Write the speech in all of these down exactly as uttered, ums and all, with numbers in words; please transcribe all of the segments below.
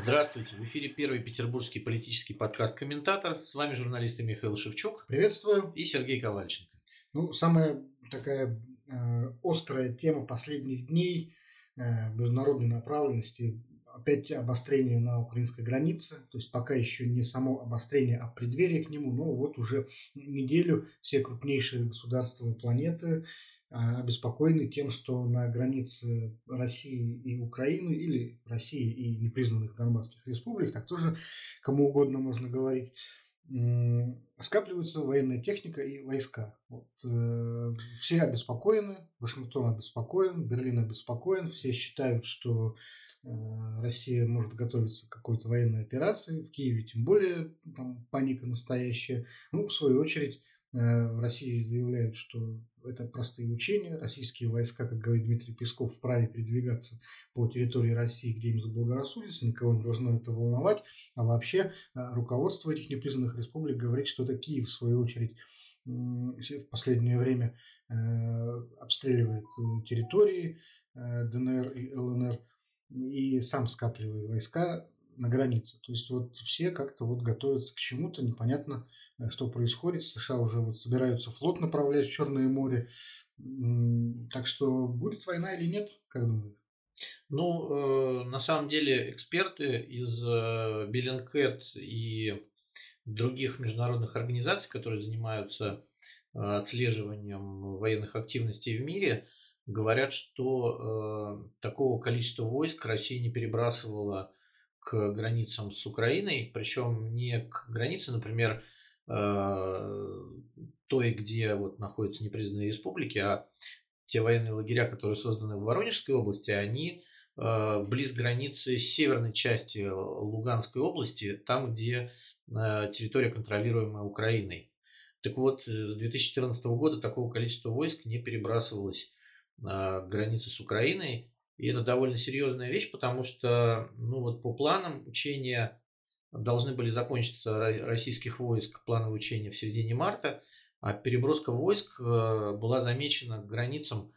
Здравствуйте! В эфире первый петербургский политический подкаст «Комментатор». С вами журналисты Михаил Шевчук Приветствую. и Сергей Ковальченко. Ну, самая такая э, острая тема последних дней э, международной направленности опять обострение на украинской границе. То есть пока еще не само обострение, а преддверие к нему. Но вот уже неделю все крупнейшие государства планеты э, обеспокоены тем, что на границе России и Украины, или России и непризнанных Донбасских республик, так тоже кому угодно можно говорить, м, скапливается военная техника и войска. Вот, э, все обеспокоены, Вашингтон обеспокоен, Берлин обеспокоен, все считают, что э, Россия может готовиться к какой-то военной операции, в Киеве тем более там паника настоящая. Ну, в свою очередь, э, в России заявляют, что это простые учения, российские войска, как говорит Дмитрий Песков, вправе передвигаться по территории России, где им заблагорассудится, никого не должно это волновать, а вообще а, руководство этих непризнанных республик говорит, что это Киев, в свою очередь, м, в последнее время э, обстреливает э, территории э, ДНР и ЛНР и сам скапливает войска на границе. То есть вот все как-то вот готовятся к чему-то, непонятно, э, что происходит. США уже вот собираются флот направлять в Черное море. М, Так что будет война или нет, как думаешь? Ну, э, на самом деле, эксперты из э, Bellingcat и других международных организаций, которые занимаются э, отслеживанием военных активностей в мире, говорят, что э, такого количества войск Россия не перебрасывала к границам с Украиной, причем не к границе, например, э, той, где вот находятся непризнанные республики, а те военные лагеря, которые созданы в Воронежской области, они э, близ границы с северной части Луганской области, там, где э, территория, контролируемая Украиной. Так вот, э, с две тысячи четырнадцатого года такого количества войск не перебрасывалось э, к границе с Украиной. И это довольно серьезная вещь, потому что, ну вот по планам учения должны были закончиться ро- российских войск, плановые учения в середине марта, а переброска войск э, была замечена к границам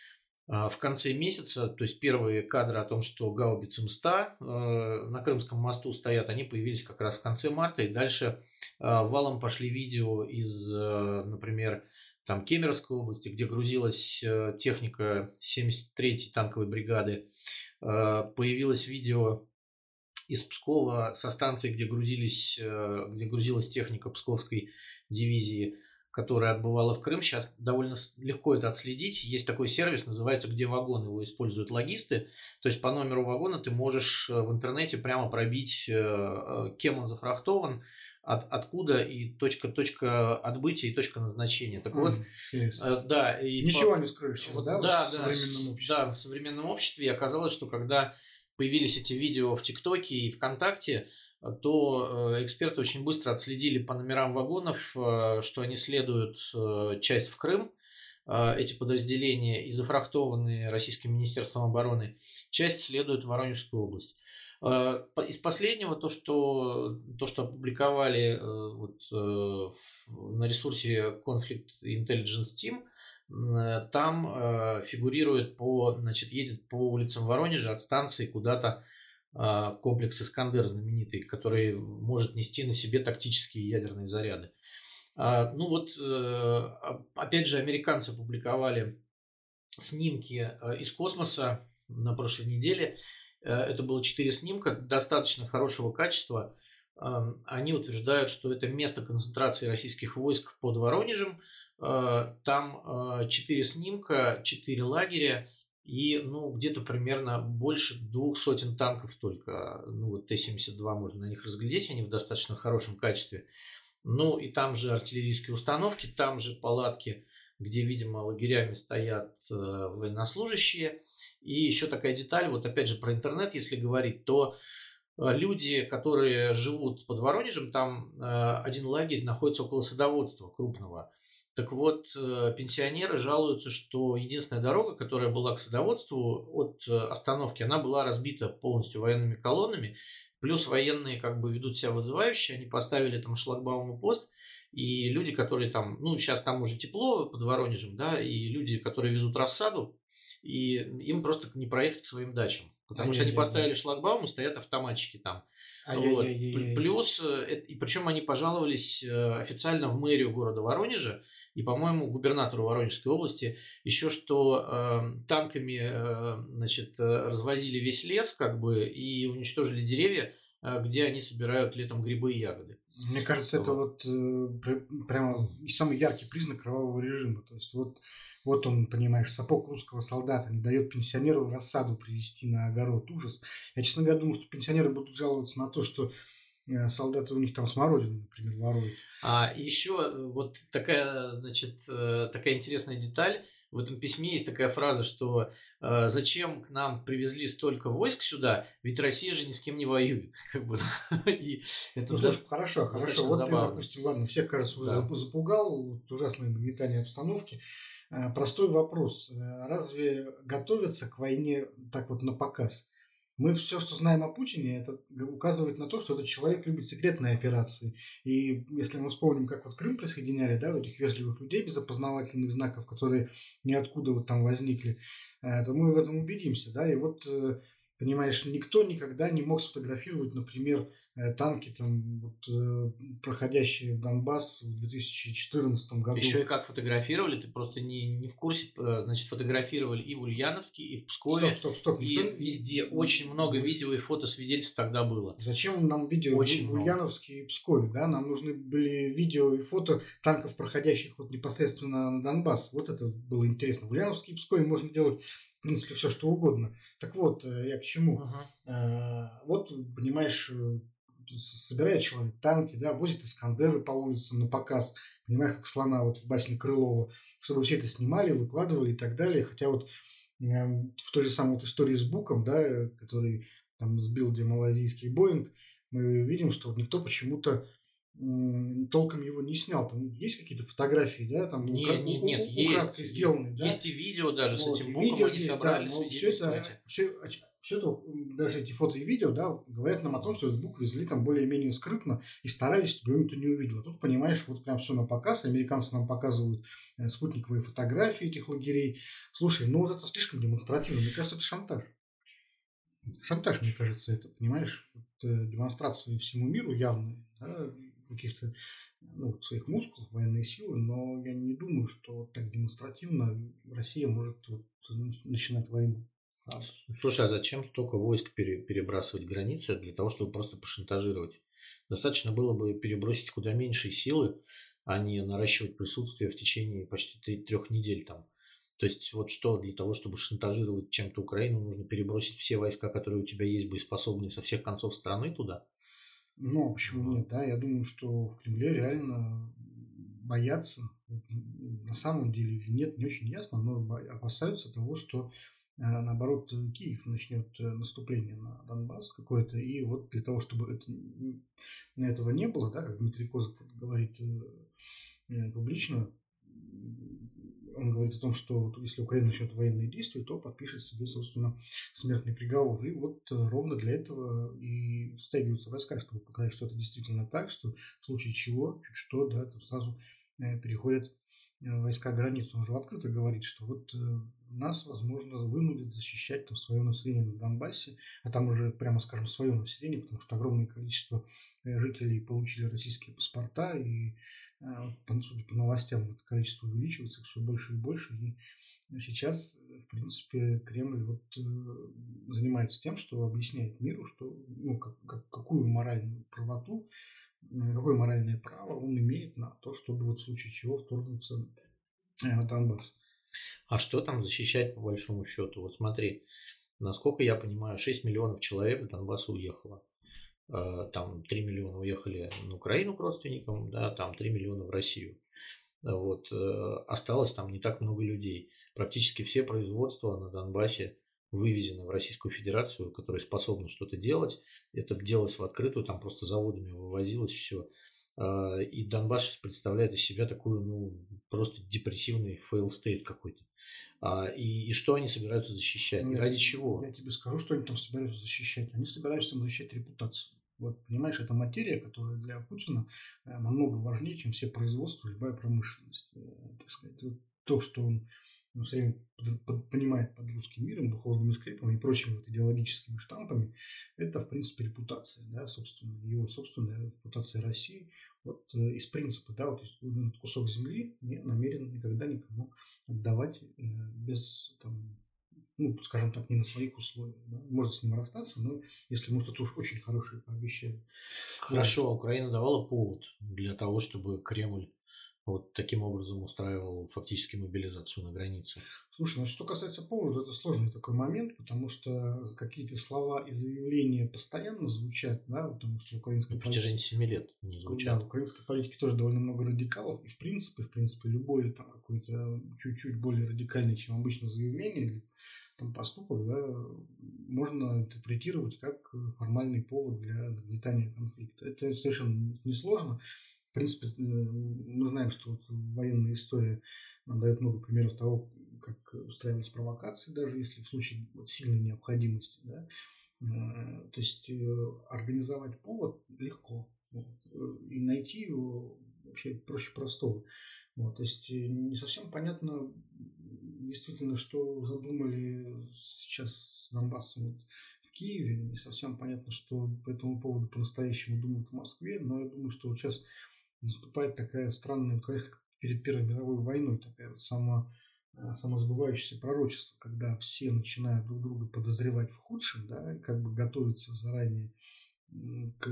а, в конце месяца. То есть первые кадры о том, что гаубицы МСТА э, на Крымском мосту стоят, они появились как раз в конце марта. И дальше э, валом пошли видео из, э, например, там Кемеровской области, где грузилась э, техника семьдесят третьей танковой бригады. Э, Появилось видео из Пскова со станции, где грузились, э, где грузилась техника Псковской дивизии, которая отбывала в Крым. Сейчас довольно легко это отследить. Есть такой сервис, называется «Где вагон?». Его используют логисты. То есть по номеру вагона ты можешь э, в интернете прямо пробить, э, э, кем он зафрахтован, от, откуда и точка, точка отбытия и точка назначения. Так вот, М, интересно. э, да, и Ничего по- не скроешь сейчас, вот, да, вот да, в да, современном с- обществе? да, в современном обществе. И оказалось, что когда появились эти видео в ТикТоке и ВКонтакте, э, то э, эксперты очень быстро отследили по номерам вагонов, э, что они следуют э, часть в Крым, э, эти подразделения, и зафрахтованные Российским Министерством обороны, часть следует в Воронежскую область. Э, по- Из последнего, то, что, то, что опубликовали э, вот, э, в- на ресурсе Conflict Intelligence Team, м, э, там э, фигурирует по, значит, едет по улицам Воронежа от станции куда-то а, комплекс «Искандер» знаменитый, который может нести на себе тактические ядерные заряды. А, Ну вот, э, а- опять же, американцы публиковали снимки э, из космоса на прошлой неделе. Э, Это было четыре снимка достаточно хорошего качества. Эм, Они утверждают, что это место концентрации российских войск под Воронежем. Э, Там э, четыре снимка, четыре лагеря и ну, где-то примерно больше двух сотен танков только. Ну вот Т семьдесят два можно на них разглядеть, они в достаточно хорошем качестве. Ну и там же артиллерийские установки, там же палатки, где, видимо, лагерями стоят э, военнослужащие. И еще такая деталь, вот опять же про интернет, если говорить, то э, люди, которые живут под Воронежем, там э, один лагерь находится около садоводства крупного. Так вот, э, пенсионеры жалуются, что единственная дорога, которая была к садоводству от э, остановки, она была разбита полностью военными колоннами. Плюс военные как бы ведут себя вызывающе, они поставили там шлагбаум и пост, и люди, которые там, ну, сейчас там уже тепло под Воронежем, да, и люди, которые везут рассаду, и им просто не проехать к своим дачам. Потому что они Ай-яй-яй-яй. поставили шлагбаум и стоят автоматчики там. Вот. Пл- Ай-яй-яй-яй-яй. Плюс, э, эт- и причем они пожаловались э, официально в мэрию города Воронежа и, по-моему, губернатору Воронежской области еще, что э, танками э, значит, э, развозили весь лес как бы и уничтожили деревья, э, где они собирают летом грибы и ягоды. Мне кажется, это Вот. вот э, пр- прямо и самый яркий признак кровавого режима. То есть вот, вот он, понимаешь, сапог русского солдата не дает пенсионеру рассаду привезти на огород. Ужас. Я, честно говоря, думаю, что пенсионеры будут жаловаться на то, что э, солдаты у них там смородину, например, воруют. А еще э, вот такая, значит, э, такая интересная деталь. В этом письме есть такая фраза, что э, зачем к нам привезли столько войск сюда, ведь Россия же ни с кем не воюет. Как бы. И это Ну, слушай, да- хорошо, хорошо. достаточно Вот ты, забавно. допустим, ладно, всех, кажется, уже Да. зап- запугал, вот ужасное нагнетание обстановки. Э, Простой вопрос. Э, Разве готовятся к войне так вот на показ? Мы все, что знаем о Путине, это г- указывает на то, что этот человек любит секретные операции. И если мы вспомним, как вот Крым присоединяли, да, вот этих вежливых людей без опознавательных знаков, которые ниоткуда вот там возникли, э, то мы в этом убедимся, да. И вот, э, понимаешь, никто никогда не мог сфотографировать, например, э, танки, там, вот, э, проходящие в Донбасс в две тысячи четырнадцатом Еще году. и как фотографировали, ты просто не, не в курсе, э, значит, фотографировали и в Ульяновске, и в Стоп, Пскове, стоп, стоп. Никто... и везде. Очень много видео и фотосвидетельств тогда было. Зачем нам видео в, Очень в много. Ульяновске и Пскове, да? Нам нужны были видео и фото танков, проходящих вот непосредственно на Донбасс. Вот это было интересно. В Ульяновске и Пскове можно делать, в принципе, все, что угодно. Так вот, э, я к чему? Мгм. Э, Вот, понимаешь, э, с- собирает человек танки, да, возит Искандеры по улицам на показ, понимаешь, как слона вот в басне Крылова, чтобы все это снимали, выкладывали и так далее. Хотя вот эм, в той же самой вот истории с Буком, да, э, который там сбил где малазийский Боинг, мы видим, что вот никто почему-то м, толком его не снял. Там есть какие-то фотографии, да, там Не, укра- не, у- нет, у- есть. украдкой Е- сделанные, да, Есть и видео даже с вот, этим и буком, видео они есть, да, собрали но все свидетельства это, эти. все, все это, м, даже эти фото и видео, да, говорят нам о том, что этот бук везли там более-менее скрытно и старались, чтобы его никто не увидел. А тут, понимаешь, вот прям все на показ, американцы нам показывают э, спутниковые фотографии этих лагерей. Слушай, ну вот это слишком демонстративно, мне кажется, это шантаж. Шантаж, мне кажется, это, понимаешь, вот, э, демонстрации всему миру явные, да, каких-то ну, вот своих мускулов, военной силы, но я не думаю, что вот так демонстративно Россия может вот, н- начинать войну. Правда. Слушай, а зачем столько войск пере- перебрасывать границы для того, чтобы просто пошантажировать? Достаточно было бы перебросить куда меньшие силы, а не наращивать присутствие в течение почти три- трех недель там. То есть вот что для того, чтобы шантажировать чем-то Украину, нужно перебросить все войска, которые у тебя есть, боеспособные со всех концов страны туда? Но почему Вот. нет, да? Я думаю, что в Кремле реально боятся, вот, м, на самом деле или нет, не очень ясно, но бо- опасаются того, что э, наоборот э, Киев начнет э, наступление на Донбасс какое-то, и вот для того, чтобы это, н- этого не было, да, как Дмитрий Козак вот говорит э, э, публично, м, он говорит о том, что вот если Украина начнет военные действия, то подпишет себе, собственно, смертный приговор. И вот э, ровно для этого и стягиваются войска, чтобы показать, что это действительно так, что в случае чего, чуть что, да, там сразу э, переходят э, войска границу. Он же открыто говорит, что вот э, нас, возможно, вынудят защищать там свое население на Донбассе, а там уже, прямо скажем, свое население, потому что огромное количество э, жителей получили российские паспорта, и, э, по- судя по новостям, это количество увеличивается все больше и больше, и сейчас, э, в принципе, Кремль вот э, занимается тем, что объясняет миру, что, ну, как, как- какую моральную правоту, э, какое моральное право он имеет на то, чтобы вот в случае чего вторгнуться э, на Донбасс. А что там защищать по большому счету? Вот смотри, насколько я понимаю, шесть миллионов человек в Донбасс уехало. Э, Там три миллиона уехали на Украину к родственникам, да, там три миллиона в Россию. Да, вот, э, осталось там не так много людей. Практически все производства на Донбассе вывезены в Российскую Федерацию, которые способны что-то делать. Это делалось в открытую, там просто заводами вывозилось все. И Донбасс сейчас представляет из себя такую, ну, просто депрессивный fail state какой-то. А, И, и что они собираются защищать? Ну, И я, ради тебе, чего? я тебе скажу, что они там собираются защищать. Они собираются там защищать репутацию. Вот, понимаешь, это материя, которая для Путина э, намного важнее, чем все производства, любая промышленность. Э, так сказать, вот то, что он он все время под, под, понимает под русским миром, духовными скрепами и прочими вот идеологическими штампами, это, в принципе, репутация, да, собственно, его собственная репутация России. Вот э, из принципа, да, вот этот кусок земли не намерен никогда никому отдавать э, без, там, ну, скажем так, не на своих условиях. Да. Может с ним расстаться, но если ему что-то уж очень хорошее пообещали. Хорошо, вот. Украина давала повод для того, чтобы Кремль вот таким образом устраивал фактически мобилизацию на границе. Слушай, ну что касается повода, это сложный такой момент, потому что какие-то слова и заявления постоянно звучат, да, потому что в украинской на протяжении семи лет не звучат. Да, в украинской политике тоже довольно много радикалов, и в принципе, в принципе, любое там какое-то чуть-чуть более радикальное, чем обычно заявление или там поступок, да, можно интерпретировать как формальный повод для нагнетания конфликта. Это совершенно несложно. В принципе, мы знаем, что вот военная история нам дает много примеров того, как устраивались провокации, даже если в случае вот сильной необходимости. Да. То есть организовать повод легко. Вот, и найти его вообще проще простого. Вот, то есть не совсем понятно действительно, что задумали сейчас с Донбассом вот в Киеве. Не совсем понятно, что по этому поводу по-настоящему думают в Москве. Но я думаю, что вот сейчас наступает такая странная, как перед Первой мировой войной, такая вот само, самосбывающееся пророчество, когда все начинают друг друга подозревать в худшем, да, и как бы готовиться заранее к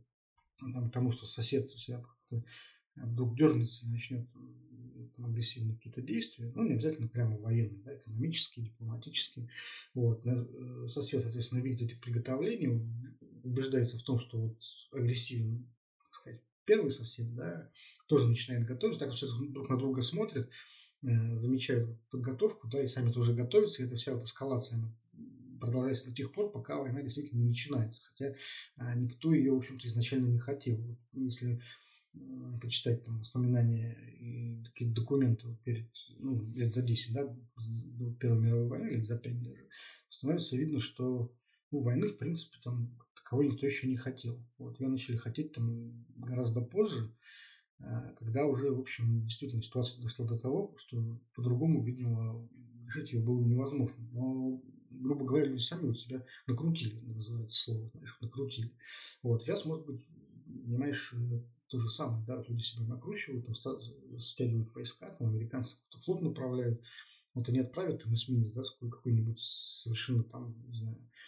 там, тому, что сосед у себя вдруг дернется и начнет там, агрессивные какие-то действия, ну, не обязательно прямо военные, да, экономические, дипломатические. Вот. Сосед, соответственно, видит эти приготовления, убеждается в том, что вот агрессивный, так сказать, первый сосед, да, тоже начинает готовить, так все друг на друга смотрят, замечают подготовку, да, и сами тоже готовятся, и эта вся вот эскалация продолжается до тех пор, пока война действительно не начинается. Хотя а, никто ее, в общем-то, изначально не хотел. Вот, если э, почитать там воспоминания и какие-то документы вот перед, ну, лет за десять, да, до Первой мировой войны, лет за пять даже, становится видно, что ну, войны, в принципе, там таковой никто еще не хотел. Вот, ее начали хотеть там гораздо позже, когда уже, в общем, действительно ситуация дошла до того, что по-другому, видимо, решить ее было невозможно. Но, грубо говоря, люди сами вот себя накрутили, называется слово, знаешь, накрутили. Вот. Сейчас, может быть, понимаешь, то же самое, да, люди себя накручивают, там, стягивают войска, там, американцы какой-то флот направляют, вот они отправят там эсминец, да, с какой-нибудь совершенно там, не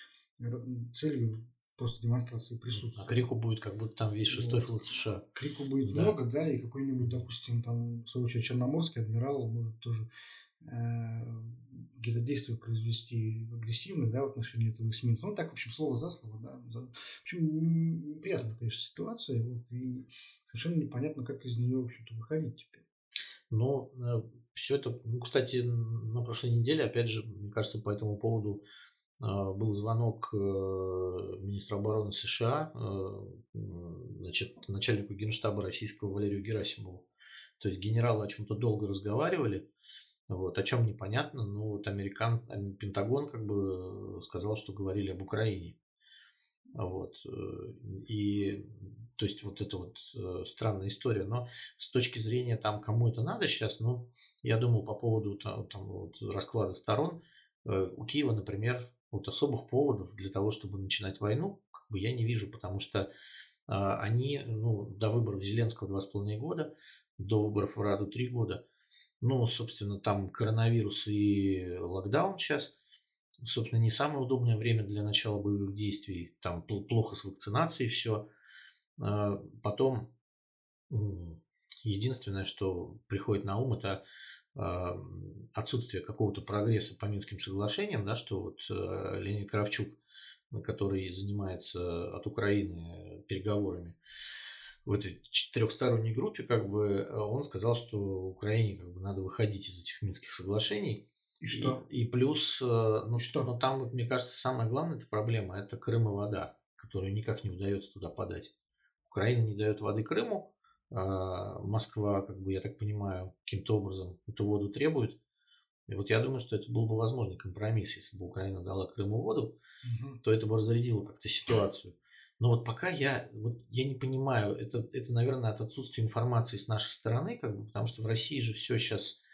знаю, целью просто демонстрации присутствия. А крику будет, как будто там весь шестой вот. флот США. Крику будет да. много, да, и какой-нибудь, допустим, там, в свою очередь, черноморский адмирал может тоже э, какие-то действия произвести агрессивные, да, в отношении этого эсминца. Ну, так, в общем, слово за слово, да. В общем, неприятная, конечно, ситуация, вот, и совершенно непонятно, как из нее, в общем-то, выходить теперь. Ну, все это, ну, кстати, на прошлой неделе, опять же, мне кажется, по этому поводу был звонок министра обороны США, значит, начальнику Генштаба российского Валерию Герасимову. То есть генералы о чем-то долго разговаривали, вот, о чем непонятно, но вот американ, Пентагон как бы сказал, что говорили об Украине. Вот. И то есть вот это вот странная история. Но с точки зрения там, кому это надо сейчас, ну, я думал по поводу там, там, вот, расклада сторон, у Киева, например, вот особых поводов для того, чтобы начинать войну, как бы я не вижу, потому что а, они, ну, до выборов Зеленского два с половиной года, до выборов в Раду три года, ну, собственно, там коронавирус и локдаун сейчас, собственно, не самое удобное время для начала боевых действий, там плохо с вакцинацией все. А, потом единственное, что приходит на ум, это отсутствие какого-то прогресса по Минским соглашениям, да, что вот Леонид Кравчук, который занимается от Украины переговорами в этой четырехсторонней группе, как бы он сказал, что Украине как бы надо выходить из этих Минских соглашений. И что? И, и плюс, ну, и что? Ну, там, мне кажется, самая главная эта проблема – это Крым и вода, которую никак не удается туда подать. Украина не дает воды Крыму, Москва, как бы, я так понимаю, каким-то образом эту воду требует. И вот я думаю, что это был бы возможный компромисс, если бы Украина дала Крыму воду, угу. то это бы разрядило как-то ситуацию. Но вот пока я, вот я не понимаю, это, это, наверное, от отсутствия информации с нашей стороны, как бы, потому что в России же все сейчас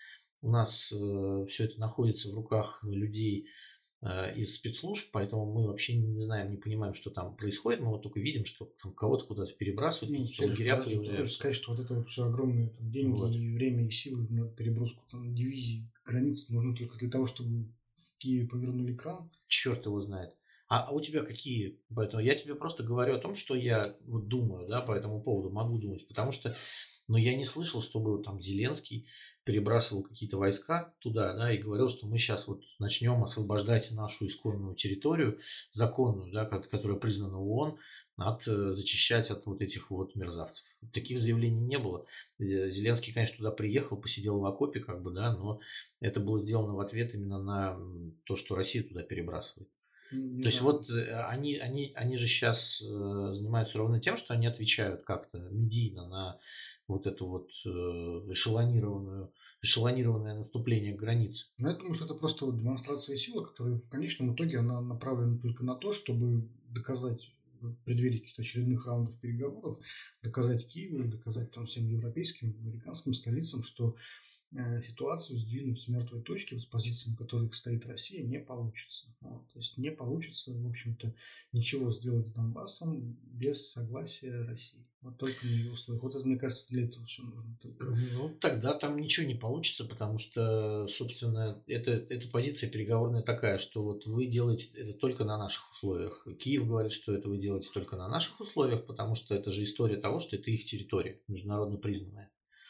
у нас э, все это находится в руках людей э, из спецслужб, поэтому мы вообще не знаем, не понимаем, что там происходит. Мы вот только видим, что там кого-то куда-то перебрасывают, Ну, какие-то Сереж, лагеря подожди, ты хочешь появляются. сказать, что вот это вот все огромные там, деньги Вот. и время и силы на переброску там, дивизий границ нужны только для того, чтобы в Киеве повернули кран? Черт его знает. А, а у тебя какие? Поэтому я тебе просто говорю о том, что я вот думаю, да, по этому поводу могу думать, потому что, ну, я не слышал, чтобы там Зеленский перебрасывал какие-то войска туда, да, и говорил, что мы сейчас вот начнем освобождать нашу исконную территорию, законную, да, ко- которая признана ООН, от, э, зачищать от вот этих вот мерзавцев. Таких заявлений не было. Зе- Зеленский, конечно, туда приехал, посидел в окопе, как бы, да, но это было сделано в ответ именно на м, то, что Россия туда перебрасывает. М, Не То есть знаю. вот э, они, они, они же сейчас занимаются ровно тем, что они отвечают как-то медийно на вот это вот э, эшелонированную, эшелонированное наступление к границе. Но я думаю, что это просто вот демонстрация силы, которая в конечном итоге она направлена только на то, чтобы доказать в преддверии каких-то очередных раундов переговоров, доказать Киеву, доказать там всем европейским, американским столицам, что э, ситуацию сдвинуть с мертвой точки, вот с позиции, на которой стоит Россия, не получится. Вот. То есть не получится, в общем-то, ничего сделать с Донбассом без согласия России. Вот только на ее условиях. Вот это, мне кажется, для этого все нужно только. Ну, тогда там ничего не получится, потому что, собственно, это, эта позиция переговорная такая, что вот вы делаете это только на наших условиях. Киев говорит, что это вы делаете только на наших условиях, потому что это же история того, что это их территория, международно признанная.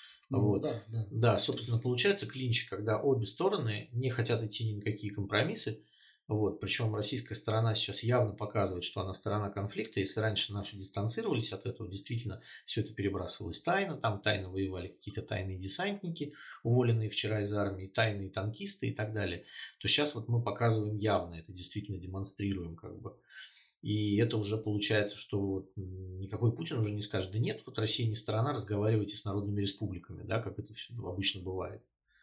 Ну Вот. да, да. Да, собственно, получается клинч, когда обе стороны не хотят идти ни на какие компромиссы. Вот. Причем российская сторона сейчас явно показывает, что она сторона конфликта. Если раньше наши дистанцировались от этого, действительно все это перебрасывалось тайно. Там тайно воевали какие-то тайные десантники, уволенные вчера из армии, тайные танкисты и так далее. То сейчас вот мы показываем явно, это действительно демонстрируем как бы. И это уже получается, что вот никакой Путин уже не скажет, да нет, вот Россия не сторона, разговаривайте с народными республиками, да, как это всё обычно бывает.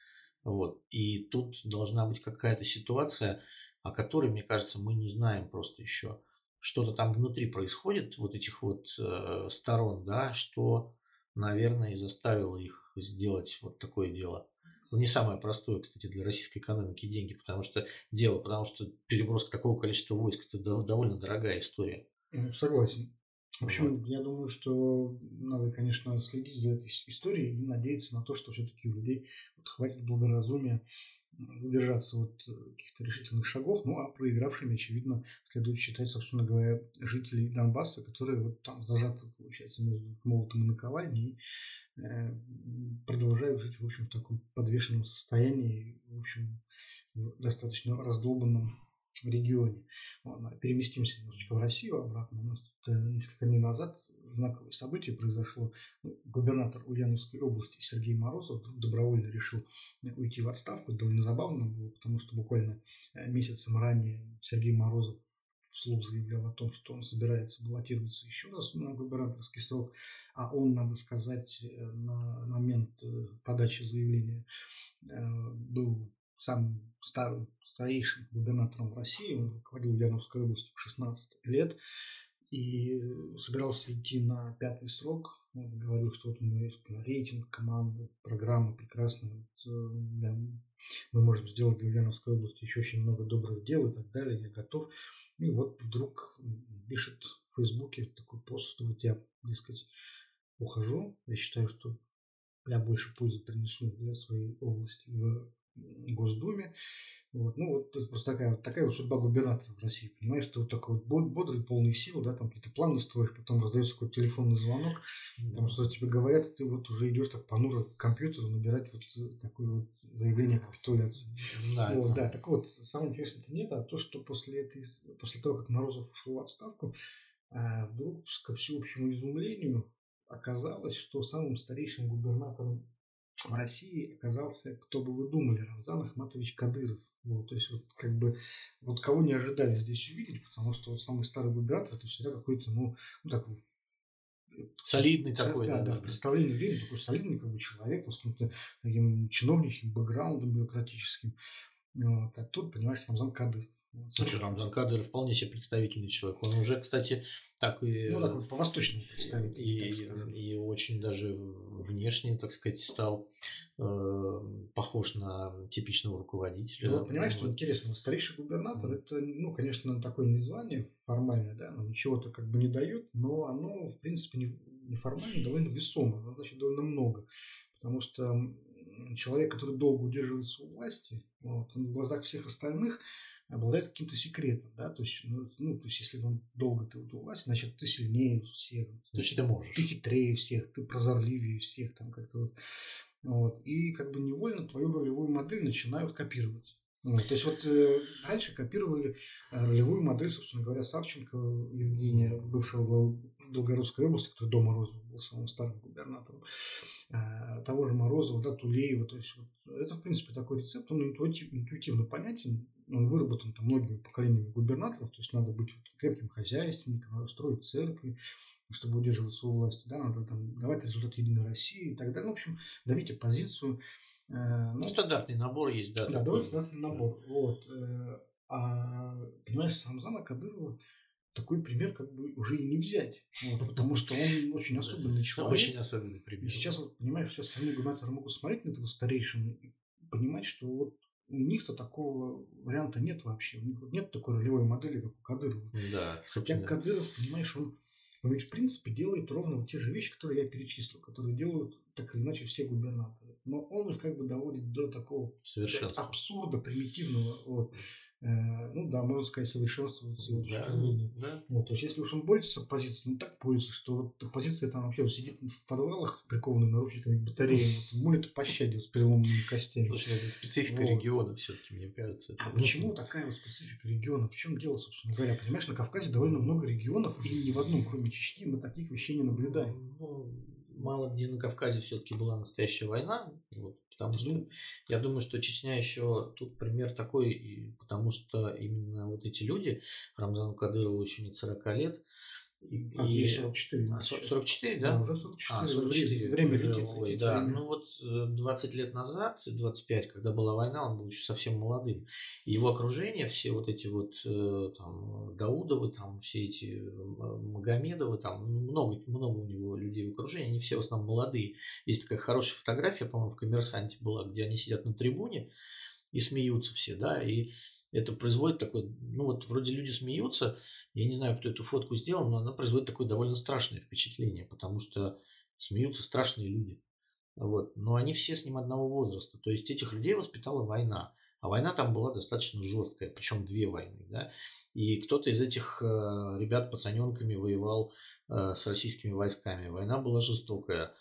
Вот. И тут должна быть какая-то ситуация, о которой, мне кажется, мы не знаем просто еще. Что-то там внутри происходит, вот этих вот э, сторон, да, что, наверное, и заставило их сделать вот такое дело. Ну, не самое простое, кстати, для российской экономики деньги, потому что дело, потому что переброска такого количества войск это дов- довольно дорогая история. Ну, согласен. В Вот. общем, я думаю, что надо, конечно, следить за этой с- историей и надеяться на то, что все-таки у людей вот хватит благоразумия м, удержаться от э, каких-то решительных шагов. Ну, а проигравшими, очевидно, следует считать, собственно говоря, жителей Донбасса, которые вот там зажаты, получается, между молотом и наковальней, и э, м, продолжают жить, в общем, в таком подвешенном состоянии, в общем, в достаточно раздолбанном регионе. Ладно, переместимся немножечко в Россию обратно. У нас тут э, несколько дней назад знаковое событие произошло. Ну, губернатор Ульяновской области Сергей Морозов вдруг добровольно решил э, уйти в отставку. Довольно забавно было, потому что буквально э, месяцем ранее Сергей Морозов вслух заявлял о том, что он собирается баллотироваться еще раз на губернаторский срок, а он, надо сказать, э, на момент э, подачи заявления э, был самым старым, старейшим губернатором в России. Он руководил Ульяновской областью шестнадцать лет и собирался идти на пятый срок. Он говорил, что вот у него есть рейтинг, команда, программа прекрасная. Вот, э, да, мы можем сделать для Ульяновской области еще очень много добрых дел и так далее. Я готов. И вот вдруг пишет в Фейсбуке такой пост, что вот я, дескать, ухожу. Я считаю, что я больше пользы принесу для своей области в Госдуме. Вот. Ну, вот это просто такая, вот такая вот судьба губернатора в России, понимаешь, ты вот такой вот бодрый, полный сил, да, там какие-то планы строишь, потом раздается какой-то телефонный звонок, там что-то тебе говорят, и ты вот уже идешь так понуро к компьютеру набирать вот такое вот заявление о капитуляции. Да, Вот, это да, так вот, самое интересное это не это, а то, что после, этой, после того, как Морозов ушел в отставку, а, вдруг, ко всеобщему изумлению, оказалось, что самым старейшим губернатором в России оказался, кто бы вы думали, Рамзан Ахматович Кадыров. Вот, то есть, вот, как бы, вот кого не ожидали здесь увидеть, потому что вот самый старый губернатор это всегда какой-то, ну, ну так, в- солидный в- такой, да, да, да, да, в да. представлении времени такой солидный как бы человек, там, с каким-то таким чиновничьим бэкграундом бюрократическим. Вот, а тут, понимаешь, Рамзан Кадыров. Ну что, Рамзан Кадыров вполне себе представительный человек. Он уже, кстати, так и, Ну, такой по-восточному представитель, и, и очень даже внешне, так сказать, стал э, похож на типичного руководителя. Ну, вот, понимаешь, что интересно, вот старейший губернатор, mm. это, ну, конечно, такое незвание формальное, да, оно ничего-то как бы не дает, но оно, в принципе, не, неформально довольно весомо, оно, значит, довольно много, потому что человек, который долго удерживается у власти, вот, он в глазах всех остальных обладает каким-то секретом, да, то есть, ну, ну то есть, если он долго ты у власти, значит, ты сильнее всех, значит, ты можешь, ты хитрее всех, ты прозорливее всех, там как-то вот, вот, и как бы невольно твою ролевую модель начинают копировать. Вот, то есть вот э, раньше копировали э, ролевую модель, собственно говоря, Савченко Евгения, бывшего главы Белгородской области, который до Морозова был самым старым губернатором, э, того же Морозова, да, Тулеева. То есть вот, это, в принципе, такой рецепт, он интуитив, интуитивно понятен, он выработан там, многими поколениями губернаторов, то есть надо быть вот, крепким хозяйственником, надо строить церкви, чтобы удерживаться у власти, да, надо там, давать результат Единой России и так далее. Ну, в общем, давить оппозицию. Ну, ну, стандартный набор есть, да. Да, довольно стандартный набор. Вот. А, понимаешь, с Рамзана Кадырова такой пример как бы уже и не взять. Вот, потому что он очень особенный человек. Очень особенный пример. И сейчас, вот, понимаешь, все остальные губернаторы могут смотреть на этого старейшину и понимать, что вот у них-то такого варианта нет вообще. У них вот нет такой ролевой модели, как у Кадырова. Да, хотя Кадыров, понимаешь, он он ведь, в принципе, делает ровно вот те же вещи, которые я перечислил, которые делают так или иначе все губернаторы. Но он их как бы доводит до такого абсурда примитивного. Вот. Э, ну да, можно сказать, совершенствоваться его да, да. Вот, то есть, если уж он борется с оппозицией, ну так борется, что вот оппозиция там вообще вот сидит в подвалах, прикованная наручниками к батареям, вот, молит о пощаде вот, с переломанными костями. Слушай, это специфика вот. Региона все-таки, мне кажется. А почему такая вот специфика региона? В чем дело, собственно говоря? Понимаешь, на Кавказе довольно много регионов, и ни в одном, кроме Чечни, мы таких вещей не наблюдаем. Ну, мало где на Кавказе все-таки была настоящая война, вот, потому что ну, я думаю, что Чечня еще тут пример такой, потому что именно вот эти люди, Рамзану Кадырову еще нет сорока лет, и, а, и сорок четыре. А, сорок четыре, да? Да, уже сорок четыре. А, сорок четыре. Время летит. Ой, летит да. время. Ну вот двадцать лет назад, двадцать пять, когда была война, он был еще совсем молодым. И его окружение, все вот эти вот там Даудовы, там все эти Магомедовы, там много, много у него людей в окружении, они все в основном молодые. Есть такая хорошая фотография, по-моему, в «Коммерсанте» была, где они сидят на трибуне и смеются все, да, и это производит такой, ну вот вроде люди смеются, я не знаю, кто эту фотку сделал, но она производит такое довольно страшное впечатление, потому что смеются страшные люди. Вот. Но они все с ним одного возраста, то есть этих людей воспитала война, а война там была достаточно жесткая, причем две войны, да, и кто-то из этих э, ребят пацаненками воевал э, с российскими войсками, война была жестокая.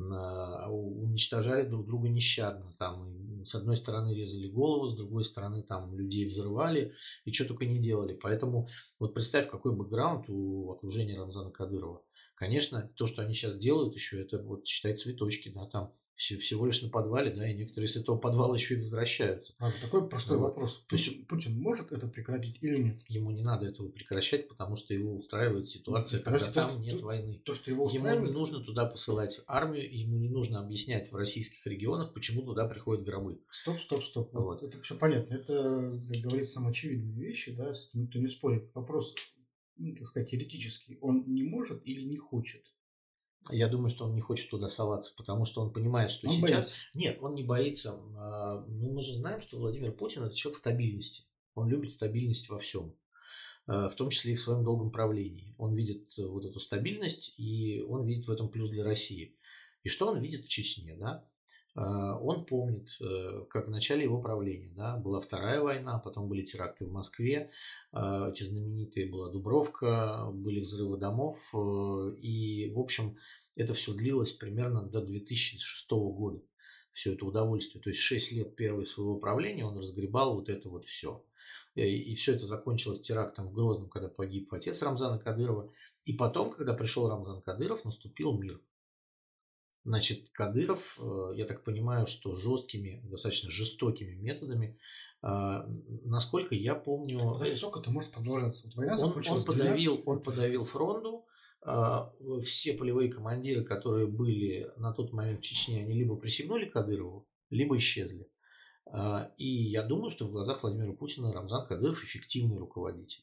Уничтожали друг друга нещадно. Там, с одной стороны резали голову, с другой стороны там людей взрывали и что только не делали. Поэтому вот представь, какой бэкграунд у окружения Рамзана Кадырова. Конечно, то, что они сейчас делают еще, это вот считай цветочки, да, там всего лишь на подвале, да, и некоторые с этого подвала еще и возвращаются. А, такой простой вот. вопрос. Путин, Путин может это прекратить или нет? Ему не надо этого прекращать, потому что его устраивает ситуация, когда Подожди, там то, нет то, войны. То, что его ему не нужно туда посылать армию, ему не нужно объяснять в российских регионах, почему туда приходят гробы. Стоп, стоп, стоп. Вот. Это все понятно. Это, как говорится, самоочевидные вещи, да, с этим никто не спорит. Вопрос, ну, так сказать, теоретический. Он не может или не хочет? Я думаю, что он не хочет туда соваться, потому что он понимает, что он сейчас... Боится. Нет, он не боится. Ну, мы же знаем, что Владимир Путин – это человек стабильности. Он любит стабильность во всем, в том числе и в своем долгом правлении. Он видит вот эту стабильность, и он видит в этом плюс для России. И что он видит в Чечне, да? Он помнит, как в начале его правления, да, была Вторая война, потом были теракты в Москве, эти знаменитые, была Дубровка, были взрывы домов, и, в общем, это все длилось примерно до две тысячи шестого года, все это удовольствие. То есть шесть лет первого своего правления он разгребал вот это вот все. И все это закончилось терактом в Грозном, когда погиб отец Рамзана Кадырова. И потом, когда пришел Рамзан Кадыров, наступил мир. Значит, Кадыров, я так понимаю, что жесткими, достаточно жестокими методами, насколько я помню... Подожди, сколько это может продолжаться? Вот война он, он, подавил, он подавил фронту, все полевые командиры, которые были на тот момент в Чечне, они либо присягнули Кадырову, либо исчезли. А, И я думаю, что в глазах Владимира Путина Рамзан Кадыров эффективный руководитель.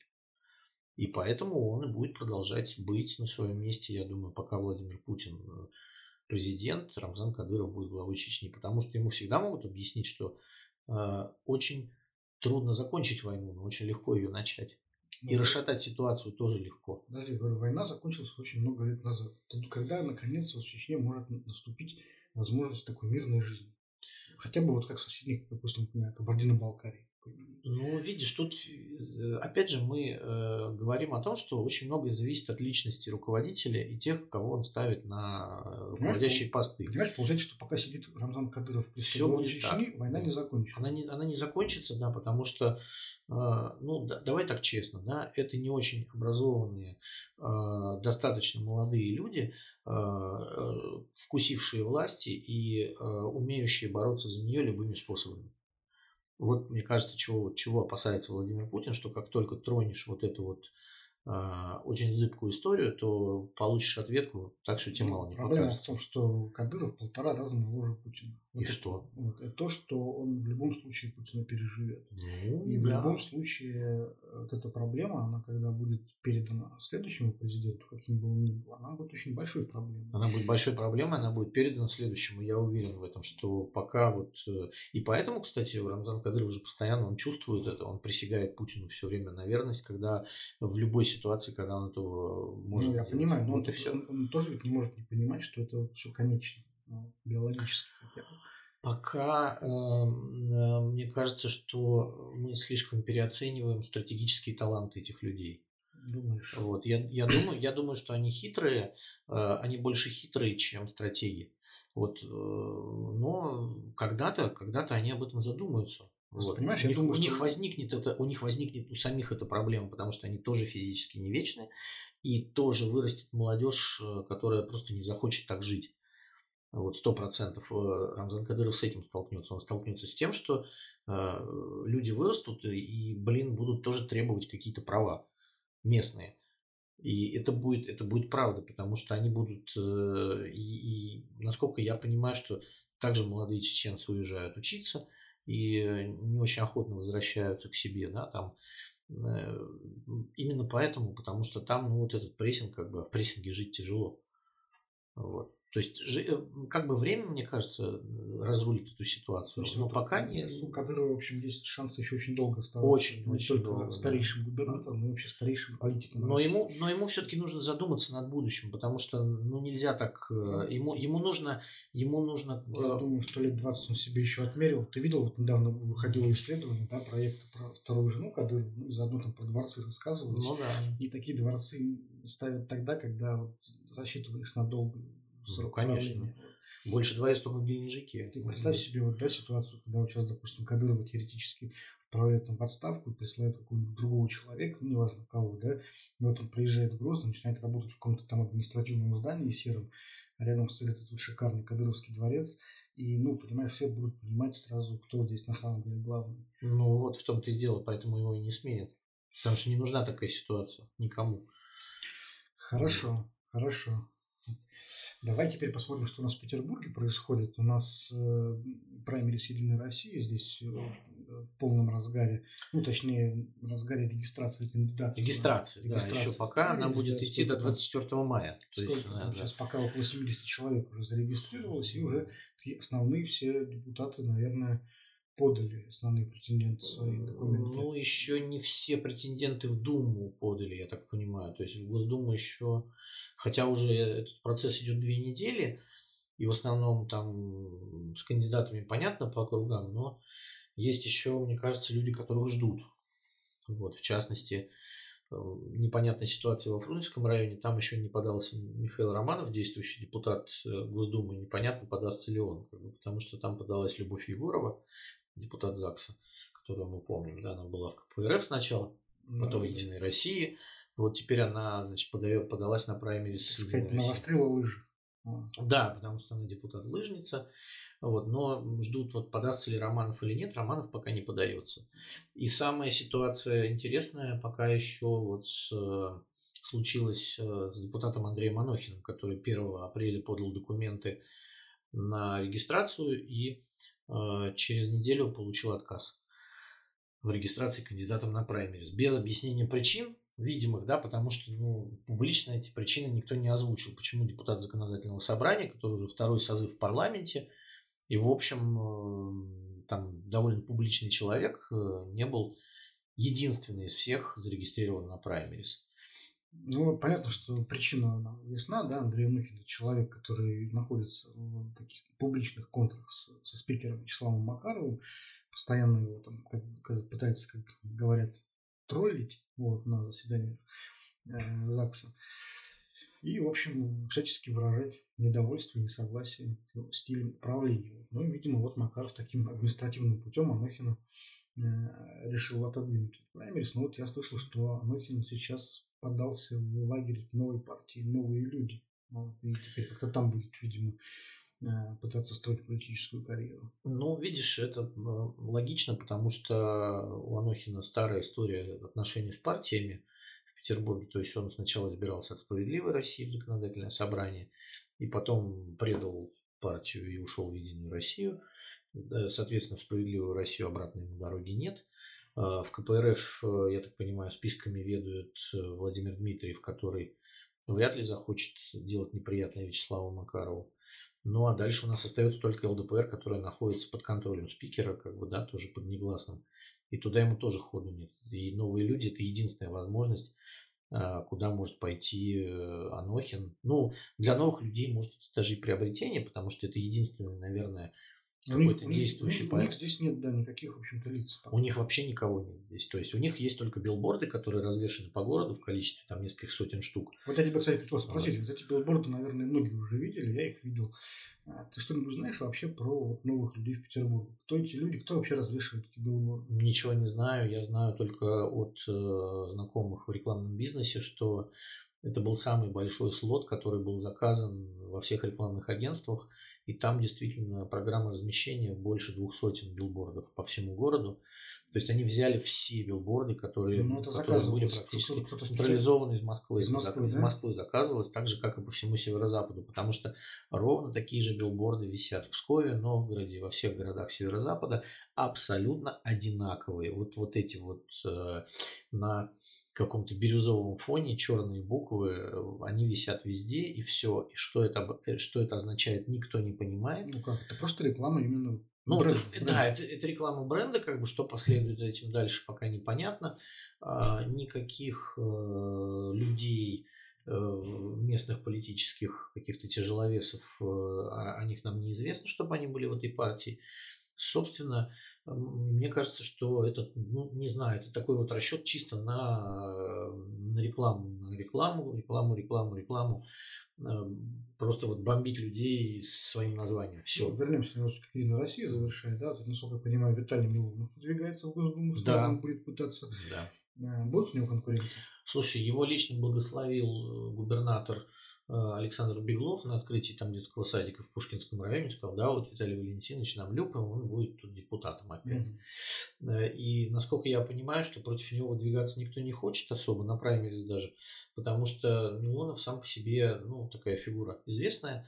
И поэтому он и будет продолжать быть на своем месте, я думаю, пока Владимир Путин э, президент, Рамзан Кадыров будет главой Чечни. Потому что ему всегда могут объяснить, что э, очень трудно закончить войну, но очень легко ее начать. И Ну, расшатать ситуацию тоже легко. Подожди, я говорю, война закончилась очень много лет назад. Тут когда, наконец, в Чечне может наступить возможность такой мирной жизни? Хотя бы вот как в соседних, допустим, Кабардино-Балкарии. Ну, видишь, тут э, опять же мы э, говорим о том, что очень многое зависит от личности руководителя и тех, кого он ставит на э, руководящие посты. Понимаешь, получается, что пока сидит Рамзан Кадыров в Все будет Чечни, так. война не закончится. Она не, она не закончится, да, потому что, э, ну, да, давай так честно, да, это не очень образованные, э, достаточно молодые люди, э, э, вкусившие власти и э, умеющие бороться за нее любыми способами. Вот, мне кажется, чего, чего опасается Владимир Путин, что как только тронешь вот эту вот а, очень зыбкую историю, то получишь ответку так, что тебе Ну, мало не проблема в покажется. том, что Кадыров в полтора раза моложе Путина. И Вот что? Это, вот, это то, что он в любом случае Путина переживет. Ну, И в да. любом случае вот эта проблема, она когда будет передана следующему президенту, каким бы он ни был, она будет очень большой проблемой. Она будет большой проблемой, она будет передана следующему. Я уверен в этом, что пока вот... э, И поэтому, кстати, Рамзан Кадыров уже постоянно, он чувствует это, он присягает Путину все время на верность, когда в любой ситуации, когда он этого может Ну, я сделать. понимаю, но Вот он, и все. он, он тоже ведь не может не понимать, что это все конечно. Ну, биологически хотя бы. Пока э, э, мне кажется, что мы слишком переоцениваем стратегические таланты этих людей. Думаешь? Вот. Я, я, думаю, я думаю, что они хитрые, э, они больше хитрые, чем стратеги. Вот. э, Но когда-то, когда-то они об этом задумаются. Просто, Вот. понимаешь, У я них, думаю, у что... них возникнет это, у них возникнет у самих эта проблема, потому что они тоже физически не вечны, и тоже вырастет молодежь, э, которая просто не захочет так жить. Вот сто процентов Рамзан Кадыров с этим столкнется. Он столкнется с тем, что э, люди вырастут и, и, блин, будут тоже требовать какие-то права местные. И это будет, это будет правда, потому что они будут, э, и, и насколько я понимаю, что также молодые чеченцы уезжают учиться и э, не очень охотно возвращаются к себе, да, там. Э, Именно поэтому, потому что там, ну, вот этот прессинг, как бы, в прессинге жить тяжело. Вот. То есть, жи- э, как бы время, мне кажется, разрулит эту То ситуацию. есть Но вот пока у- не... у Кадырова, в общем, есть шанс еще очень долго оставаться Очень, не очень только долго, да. старейшим губернатором, но и вообще старейшим политиком Но России. ему, но ему все-таки нужно задуматься над будущим, потому что, ну, нельзя так... э, Ему, ему нужно... Ему нужно Я э, думаю, что лет двадцать он себе еще отмерил. Ты видел, вот недавно выходило исследование, да, проекта про вторую жену Кадырова, ну, и заодно там про дворцы рассказывалось. ну да. И такие дворцы ставят тогда, когда вот рассчитываешь на долгий Ну, срок конечно. правления. Больше дворец только в Геленджике. Ты представь себе вот, да, ситуацию, когда вот сейчас, допустим, Кадырова теоретически отправляют там в отставку и присылают какого-нибудь другого человека, ну, неважно кого, да, и вот он приезжает в Грозный, начинает работать в каком-то там административном здании сером, а рядом стоит этот вот шикарный Кадыровский дворец, и, ну, понимаешь, все будут понимать сразу, кто здесь на самом деле главный. Ну, вот в том-то и дело, поэтому его и не сменят. Потому что не нужна такая ситуация никому. Хорошо, хорошо. Давай теперь посмотрим, что у нас в Петербурге происходит. У нас э, праймерис Единой России здесь э, в полном разгаре, ну, точнее, в разгаре регистрации кандидатов. Регистрация, да, Регистрация. еще пока Ну, она не будет знаю, идти до сколько там- двадцать четвёртого мая. То есть, Сколько там да, сейчас пока около семьдесят человек уже зарегистрировалось, и уже такие основные все депутаты, наверное, подали основные претенденты свои документы. Ну, еще не все претенденты в Думу подали, я так понимаю. То есть в Госдуму еще, хотя уже этот процесс идет две недели, и в основном там с кандидатами понятно по округам, но есть еще, мне кажется, люди, которых ждут. Вот, в частности, э, непонятная ситуация во Фрунзенском районе, там еще не подался Михаил Романов, действующий депутат э, Госдумы, непонятно, подастся ли он, как бы, потому что там подалась Любовь Егорова, депутат ЗАГСа, которую мы помним, да, она была в КПРФ сначала, потом в Да, Единой России, вот теперь она, значит, подает, подалась на праймерис так Единой сказать, России. навострила лыжи. Вот. Да, потому что она депутат-лыжница, вот, но ждут, вот подастся ли Романов или нет, Романов пока не подается. И самая ситуация интересная пока еще вот с, э, случилась э, с депутатом Андреем Анохиным, который первого апреля подал документы на регистрацию, и э, через неделю получил отказ в регистрации кандидатом на праймерис. Без объяснения причин видимых, да, потому что ну, публично эти причины никто не озвучил. Почему депутат законодательного собрания, который уже второй созыв в парламенте, и, в общем, э, там довольно публичный человек, э, не был единственный из всех зарегистрирован на праймерис. Ну, вот понятно, что причина она ясна, да, Андрей Анохин – это человек, который находится в таких публичных контрах с- со спикером Вячеславом Макаровым, постоянно его там как- как пытается, как говорят, троллить вот, на заседаниях э, ЗАГСа. И, в общем, всячески выражать недовольство, несогласие с стилем управления. Ну, и, видимо, вот Макаров таким административным путем Анохина э, решил отодвинуть от праймерис. Но вот я слышал, что Анохин сейчас подался в лагерь новой партии «Новые люди». Вот, и теперь как-то там будет, видимо, э, пытаться строить политическую карьеру. Ну, видишь, это э, логично, потому что у Анохина старая история отношений с партиями в Петербурге. То есть он сначала избирался от «Справедливой России» в законодательное собрание, и потом предал партию и ушел в «Единую Россию». Да, соответственно, в «Справедливую Россию» обратной ему дороги нет. А В ка пэ эр эф, э, я так понимаю, списками ведает э, Владимир Дмитриев, который вряд ли захочет делать неприятное Вячеславу Макарову. Ну, а дальше у нас остается только эл дэ пэ эр, которая находится под контролем спикера, как бы, да, тоже под негласным. И туда ему тоже ходу нет. И «Новые люди» – это единственная возможность, а, куда может пойти э, Анохин. Ну, для новых людей, может, это даже и приобретение, потому что это единственный, наверное, У них, какой-то у, них, у, действующий них, у них по- здесь нет, да, никаких, в общем-то, лиц. у них вообще никого нет здесь. То есть у них есть только билборды, которые развешаны по городу в количестве там нескольких сотен штук. Вот я тебя, кстати, хотел Вот. спросить. Вот эти билборды, наверное, многие уже видели, я их видел. А ты что-нибудь знаешь вообще про вот новых людей в Петербурге? Кто эти люди, кто вообще развешивает эти билборды? Ничего не знаю. Я знаю только от э, знакомых в рекламном бизнесе, что это был самый большой слот, который был заказан во всех рекламных агентствах. И там действительно программа размещения больше двух сотен билбордов по всему городу. То есть они взяли все билборды, которые, Ну, это которые были заказывалось практически кто-то, кто-то в Питере, централизованы из Москвы. из Это зак- Москвы, из да? Москвы заказывалось, так же, как и по всему северо-западу. Потому что ровно такие же билборды висят в Пскове, Новгороде, во всех городах северо-запада. Абсолютно одинаковые. Вот, вот эти вот э, на каком-то бирюзовом фоне черные буквы, э, они висят везде, и все. И что это, об- э, что это означает, никто не понимает. Ну как, это просто реклама именно Ну, это, бренда. э, бренда. да, это, это реклама бренда, как бы, что последует за этим дальше, пока непонятно. А, никаких э, людей, э, местных политических каких-то тяжеловесов, э, о, о них нам неизвестно, чтобы они были в этой партии. Собственно, м, мне кажется, что это, ну, не знаю, это такой вот расчет чисто на, на рекламу, на рекламу, рекламу, рекламу, рекламу. Э, Просто вот бомбить людей своим названием. Ну, Все. вернемся немножечко к «Единой России», завершая, да, вот, насколько я понимаю, Виталий Милонов выдвигается в Госдуму, снова он Да, будет пытаться, да. э, будут у него конкуренты? Слушай, его лично благословил э, губернатор э, Александр Беглов на открытии там детского садика в Пушкинском районе. Сказал, да, вот Виталий Валентинович нам люпим, он будет тут депутатом опять. Мгм. Э, И насколько я понимаю, что против него выдвигаться никто не хочет особо, на праймерис даже, потому что Милонов сам по себе, ну, такая фигура известная,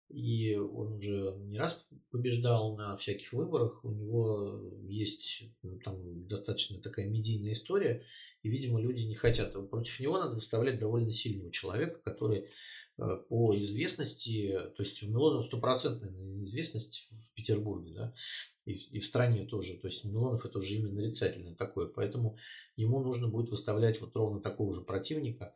и он уже не раз побеждал на всяких выборах. У него есть ну, там достаточно такая медийная история, и, видимо, люди не хотят. Против него надо выставлять довольно сильного человека, который э, по известности, то есть у Милонова стопроцентная известность в Петербурге, да, и, в- и в стране тоже. То есть Милонов это уже имя нарицательное такое. Поэтому ему нужно будет выставлять вот ровно такого же противника,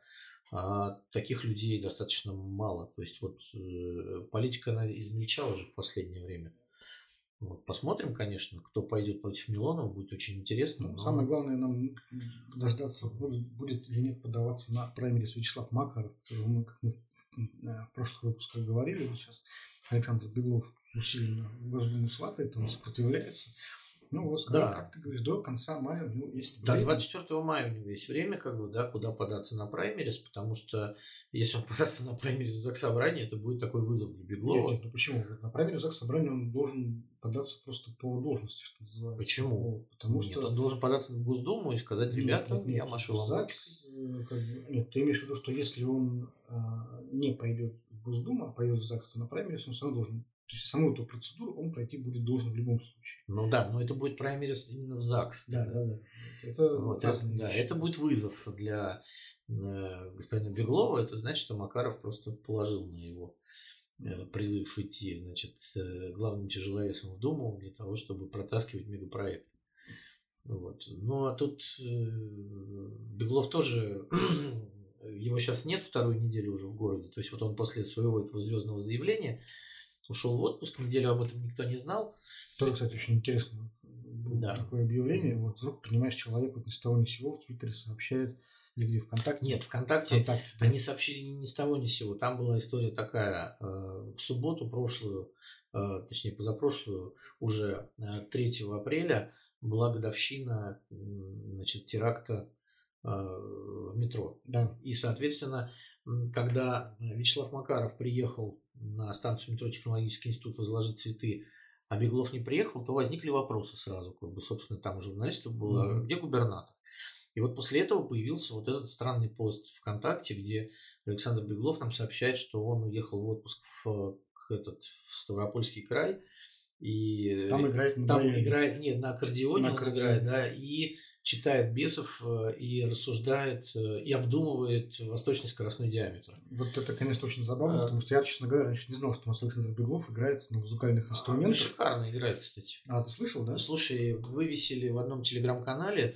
а таких людей достаточно мало. То есть вот э, политика она измельчала же в последнее время. Вот, посмотрим, конечно, кто пойдет против Милонова, будет очень интересно. Ну, самое Но главное нам дождаться, будет, будет или нет подаваться на праймерис Вячеслав Макаров, которого мы, как мы в, в прошлых выпусках говорили, вот сейчас Александр Беглов усиленно в Госдуму сватает, он сопротивляется. Ну, вот скажи, как да, ты говоришь, до конца мая у него есть до время. двадцать четвёртого мая у него есть время, как бы, да, куда податься на праймерис, потому что если он подастся на праймерис в Заксобрание, это будет такой вызов для Нет, Беглова. нет, ну почему? Вот на праймерис Заксобрания он должен податься просто по должности, что называется. Почему? Вот, потому Нет, что... он должен податься в Госдуму и сказать, Нет, ребята, нет, я нет. машу В вам ручкой. ЗАГС, э, как бы, нет, ты имеешь в виду, что если он а, не пойдет в Госдуму, а пойдет в ЗАГС, то на праймерис он все равно должен То есть саму эту процедуру он пройти будет должен в любом случае. Ну да, но это будет праймерис именно в ЗАГС. Да, да, да. Это вот, разные это, да, вещи. это будет вызов для э, господина Беглова. Это значит, что Макаров просто положил на его э, призыв идти, значит, с э, главным тяжеловесом в Думу для того, чтобы протаскивать мегапроект. Вот. Ну а тут э, Беглов тоже, его сейчас нет вторую неделю уже в городе. То есть вот он после своего этого звездного заявления ушел в отпуск, неделю об этом никто не знал. Тоже, кстати, очень интересно. Было Да. такое объявление. Вот вдруг, понимаешь, человек вот ни с того ни с сего в Твиттере сообщает, или где ВКонтакте. Нет, ВКонтакте, ВКонтакте да. они сообщили ни с того ни с сего. Там была история такая. В субботу прошлую, точнее позапрошлую, уже третьего апреля была годовщина, значит, теракта в метро. Да. И, соответственно, когда Вячеслав Макаров приехал на станцию метро Технологический институт возложить цветы, а Беглов не приехал, то возникли вопросы сразу. Как бы, собственно, там у журналистов было, mm-hmm. где губернатор? И вот после этого появился вот этот странный пост ВКонтакте, где Александр Беглов нам сообщает, что он уехал в отпуск в, этот, в Ставропольский край. И там играет, там играет, нет, на аккордеоне на он аккордеоне. играет, да, и читает бесов, и рассуждает, и обдумывает восточный скоростной диаметр. Вот это, конечно, очень забавно, а, потому что я, честно говоря, раньше не знал, что у нас Александр Беглов играет на музыкальных инструментах. А, шикарно играет, кстати. А, ты слышал, да? Слушай, вывесили в одном телеграм-канале,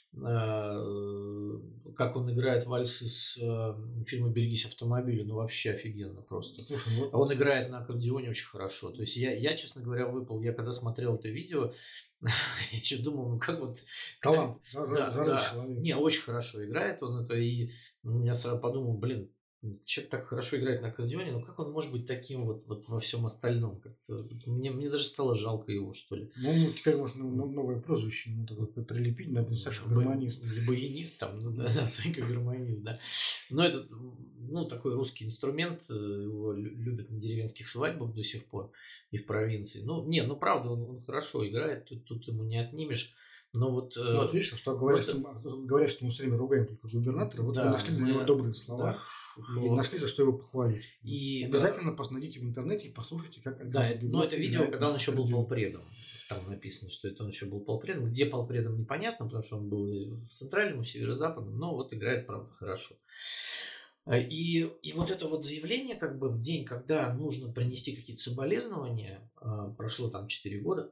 как он играет вальсы с фильма «Берегись автомобиля», ну вообще офигенно просто. Слушай, вот... Он играет на аккордеоне очень хорошо. То есть я, я, честно говоря, выпал. Я когда смотрел это видео, я еще думал, ну как вот... Талант, да, за, да. человек. Не, очень хорошо играет он это. И я сразу подумал, блин, человек так хорошо играет на аккордеоне, но как он может быть таким вот, вот во всем остальном? Как-то мне, мне даже стало жалко его, что ли. Ну, теперь можно новое прозвище ему такое прилепить, например, Саша гармонист. Или баянист, там, ну да, да, Санька гармонист, да. Но этот, ну, такой русский инструмент, его любят на деревенских свадьбах до сих пор и в провинции. Ну, не, ну, правда, он, он хорошо играет, тут, тут ему не отнимешь. Но вот, ну, вот видишь, что говорят, просто... что, говорят, что мы все время ругаем только губернатора, вот да, мы нашли для него добрые слова. Да. И вот. Нашли, за что его похвалить. И обязательно да. Найдите в интернете и послушайте, как... Да, ну это видео, когда он еще был полпредом. Там написано, что это он еще был полпредом. Где полпредом, непонятно, потому что он был в центральном, и в северо-западном, но вот играет, правда, хорошо. И, и вот это вот заявление, как бы в день, когда нужно принести какие-то соболезнования, прошло там четыре года,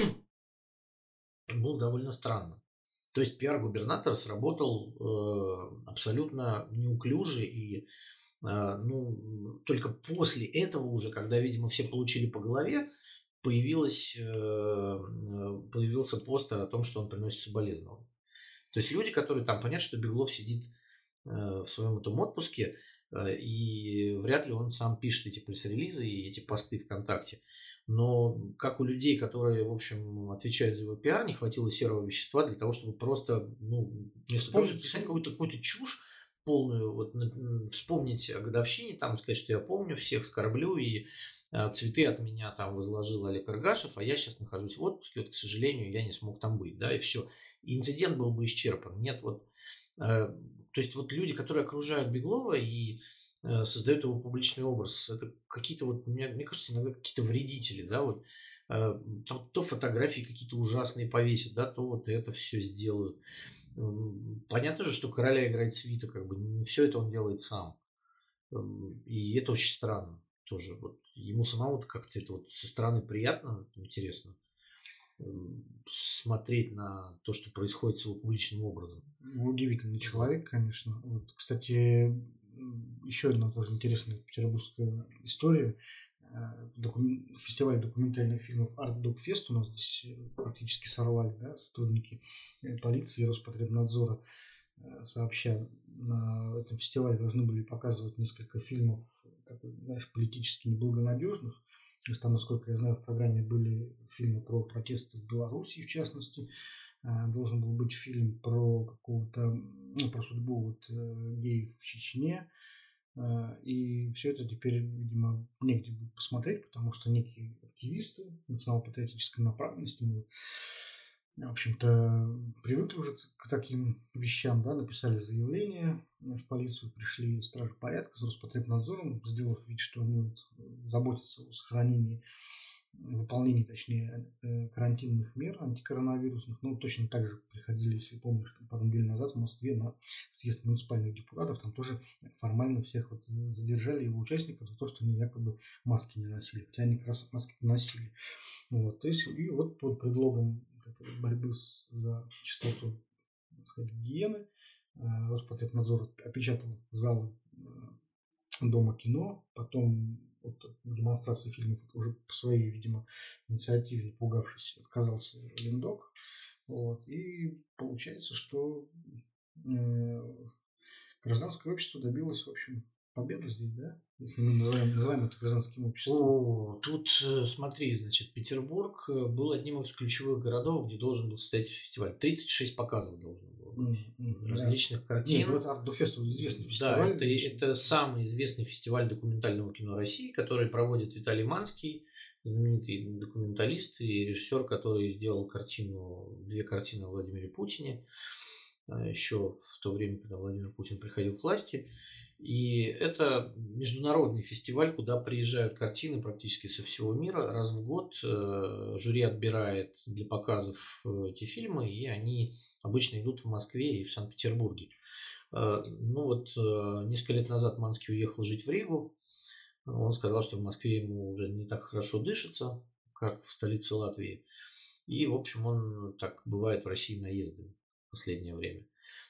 было довольно странно. То есть пиар-губернатор сработал э, абсолютно неуклюже, и э, ну, только после этого уже, когда, видимо, все получили по голове, появилось, э, появился пост о том, что он приносит соболезнования. То есть люди, которые там, понятно, что Беглов сидит э, в своем этом отпуске, э, и вряд ли он сам пишет эти пресс-релизы и эти посты ВКонтакте. Но как у людей, которые, в общем, отвечают за его пиар, не хватило серого вещества для того, чтобы просто, ну, вместо того, чтобы писать какую-то, какую-то чушь полную, вот, вспомнить о годовщине, там, сказать, что я помню всех, скорблю, и а, цветы от меня там возложил Олег Аргашев, а я сейчас нахожусь в отпуске, вот, к сожалению, я не смог там быть, да, и все. И инцидент был бы исчерпан. Нет, вот, э, то есть вот люди, которые окружают Беглова и создает его публичный образ. Это какие-то вот, мне, мне кажется, иногда какие-то вредители, да, вот. Э, там, то фотографии какие-то ужасные повесят, да, то вот это все сделают. Э, понятно же, что короля играет свита, как бы не все это он делает сам. Э, и это очень странно тоже. Вот ему самому как-то это вот со стороны приятно, интересно смотреть на то, что происходит с его публичным образом. Удивительный человек, конечно. Вот, кстати, еще одна тоже интересная петербургская история. Докум... Фестиваль документальных фильмов Art Dog Fest у нас здесь практически сорвали, да, сотрудники полиции и Роспотребнадзора, сообща, на этом фестивале должны были показывать несколько фильмов, такой, знаешь, политически неблагонадежных. То есть там, насколько я знаю, в программе были фильмы про протесты в Беларуси, в частности. Должен был быть фильм про какого-то, ну, про судьбу вот, геев в Чечне. И все это теперь, видимо, негде будет посмотреть, потому что некие активисты национал-патриотической направленности, в общем-то, привыкли уже к, к таким вещам, да, написали заявление в полицию, пришли стражи порядка с Роспотребнадзором, сделав вид, что они вот заботятся о сохранении, выполнении, точнее, э, карантинных мер антикоронавирусных. Ну, точно так же приходили, если помнишь, что пару недель назад в Москве на съезд муниципальных депутатов, там тоже формально всех вот задержали, его участников, за то, что они якобы маски не носили, хотя они как раз маски носили. Вот, то есть, и вот под предлогом этой борьбы с, за чистоту, так сказать, гигиены э, Роспотребнадзор опечатал залы э, Дома кино, потом от демонстрации фильмов уже по своей, видимо, инициативе, напугавшись, отказался Линдок. Вот, и получается, что э, гражданское общество добилось, в общем, победы здесь, да? Если мы называем, называем это гражданским обществом. О, тут смотри, значит, Петербург был одним из ключевых городов, где должен был состоять фестиваль. тридцать шесть показов должно было быть. Mm-hmm. Различных да. картин. Нет, ну это Артдуфест, известный фестиваль. Да, это, это самый известный фестиваль документального кино России, который проводит Виталий Манский, знаменитый документалист и режиссер, который сделал картину, две картины о Владимире Путине, еще в то время, когда Владимир Путин приходил к власти. И это международный фестиваль, куда приезжают картины практически со всего мира. Раз в год жюри отбирает для показов эти фильмы, и они обычно идут в Москве и в Санкт-Петербурге. Ну вот несколько лет назад Манский уехал жить в Ригу. Он сказал, что в Москве ему уже не так хорошо дышится, как в столице Латвии. И, в общем, он так бывает в России наездами в последнее время.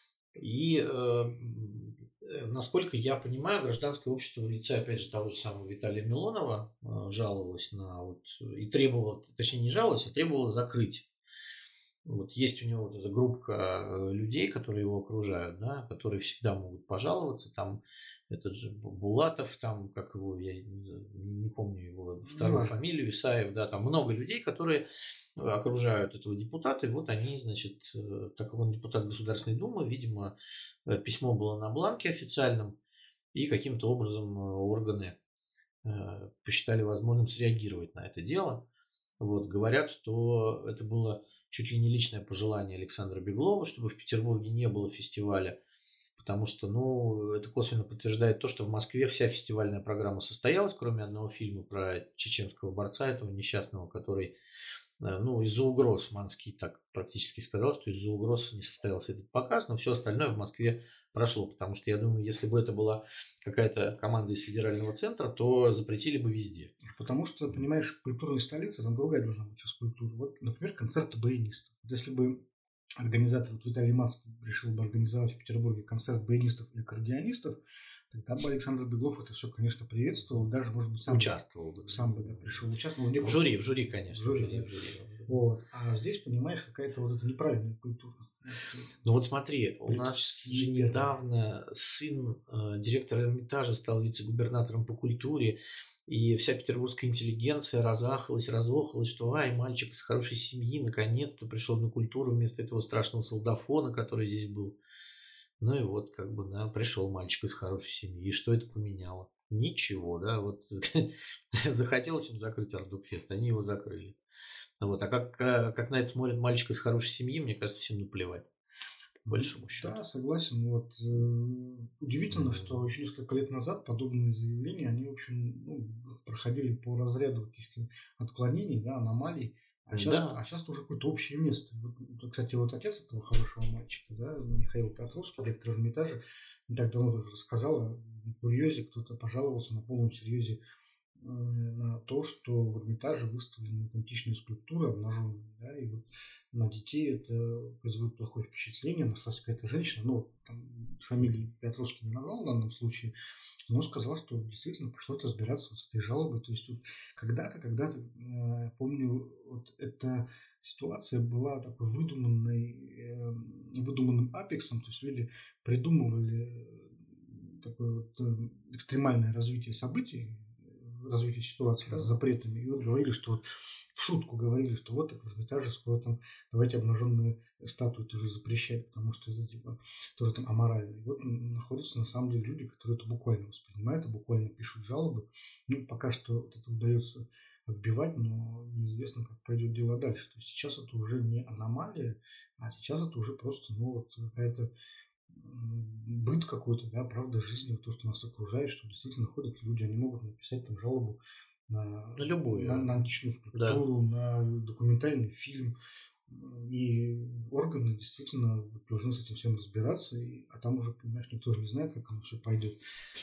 И, э, насколько я понимаю, гражданское общество в лице, опять же, того же самого Виталия Милонова э, жаловалось на вот, и требовало, точнее не жаловалось, а требовало закрыть. Вот есть у него вот эта группа людей, которые его окружают, да, которые всегда могут пожаловаться. Там этот же Булатов, там, как его, я не помню его вторую Важно. фамилию, Исаев, да, там много людей, которые окружают этого депутата, и вот они, значит, так как он депутат Государственной Думы, видимо, письмо было на бланке официальном, и каким-то образом органы посчитали возможным среагировать на это дело. Вот, говорят, что это было чуть ли не личное пожелание Александра Беглова, чтобы в Петербурге не было фестиваля, потому что, ну, это косвенно подтверждает то, что в Москве вся фестивальная программа состоялась, кроме одного фильма про чеченского борца, этого несчастного, который, ну, из-за угроз, Манский так практически сказал, что из-за угроз не состоялся этот показ, но все остальное в Москве прошло, потому что я думаю, если бы это была какая-то команда из федерального центра, то запретили бы везде. Потому что, понимаешь, культурная столица, там другая должна быть скульптура. Вот, например, концерты баянистов. Вот если бы организатор вот Виталий Манский решил бы организовать в Петербурге концерт баянистов и аккордеонистов, тогда бы Александр Беглов это все, конечно, приветствовал, даже, может быть, сам участвовал бы. Сам бы да, пришел участвовал. В, в жюри, в жюри, конечно. В жюри, в жюри, да. Вот. А здесь, понимаешь, какая-то вот эта неправильная культура. Ну вот смотри, у нас же недавно сын э, директора Эрмитажа стал вице-губернатором по культуре, и вся петербургская интеллигенция разахалась, разохалась, что ай, мальчик из хорошей семьи наконец-то пришел на культуру вместо этого страшного солдафона, который здесь был. Ну и вот как бы, да, пришел мальчик из хорошей семьи. И что это поменяло? Ничего, да, вот захотелось им закрыть Артдуфест, они его закрыли. Вот. А как, как на это смотрит мальчик из хорошей семьи, мне кажется, всем наплевать. По большому счету. Да, согласен. Вот, э, удивительно, mm-hmm. что еще несколько лет назад подобные заявления, они, в общем, ну, проходили по разряду каких-то отклонений, да, аномалий. А сейчас, да. а сейчас уже какое-то общее место. Вот, кстати, вот отец этого хорошего мальчика, да, Михаил Петровский, директор Эрмитажа, не так давно тоже рассказал о курьезе, кто-то пожаловался на полном серьезе на то, что в Эрмитаже выставлены античные скульптуры обнаженные, да, и вот на детей это производит плохое впечатление. Нашлась какая-то женщина, ну, там, фамилии Петровский не назвал в данном случае, но сказал, что действительно пришлось разбираться вот с этой жалобой. То есть вот когда-то, когда-то, э, помню, вот эта ситуация была такой выдуманной, э, выдуманным апексом, то есть люди придумывали такое вот э, экстремальное развитие событий, развитие ситуации да, с запретами. И вот говорили, что вот в шутку говорили, что вот так в Эрмитаже скоро там давайте обнаженные статуи тоже запрещать, потому что это типа тоже там аморально. И вот находятся на самом деле люди, которые это буквально воспринимают, и буквально пишут жалобы. Ну, пока что вот это удается отбивать, но неизвестно, как пойдет дело дальше. То есть сейчас это уже не аномалия, а сейчас это уже просто, ну, вот какая-то быт какой-то, да, правда жизни, вот то, что нас окружает, что действительно ходят люди, они могут написать там жалобу на, На любую, на, на античную да. скульптуру, на документальный фильм, и органы действительно должны с этим всем разбираться, и, а там уже, понимаешь, никто же не знает, как оно все пойдет.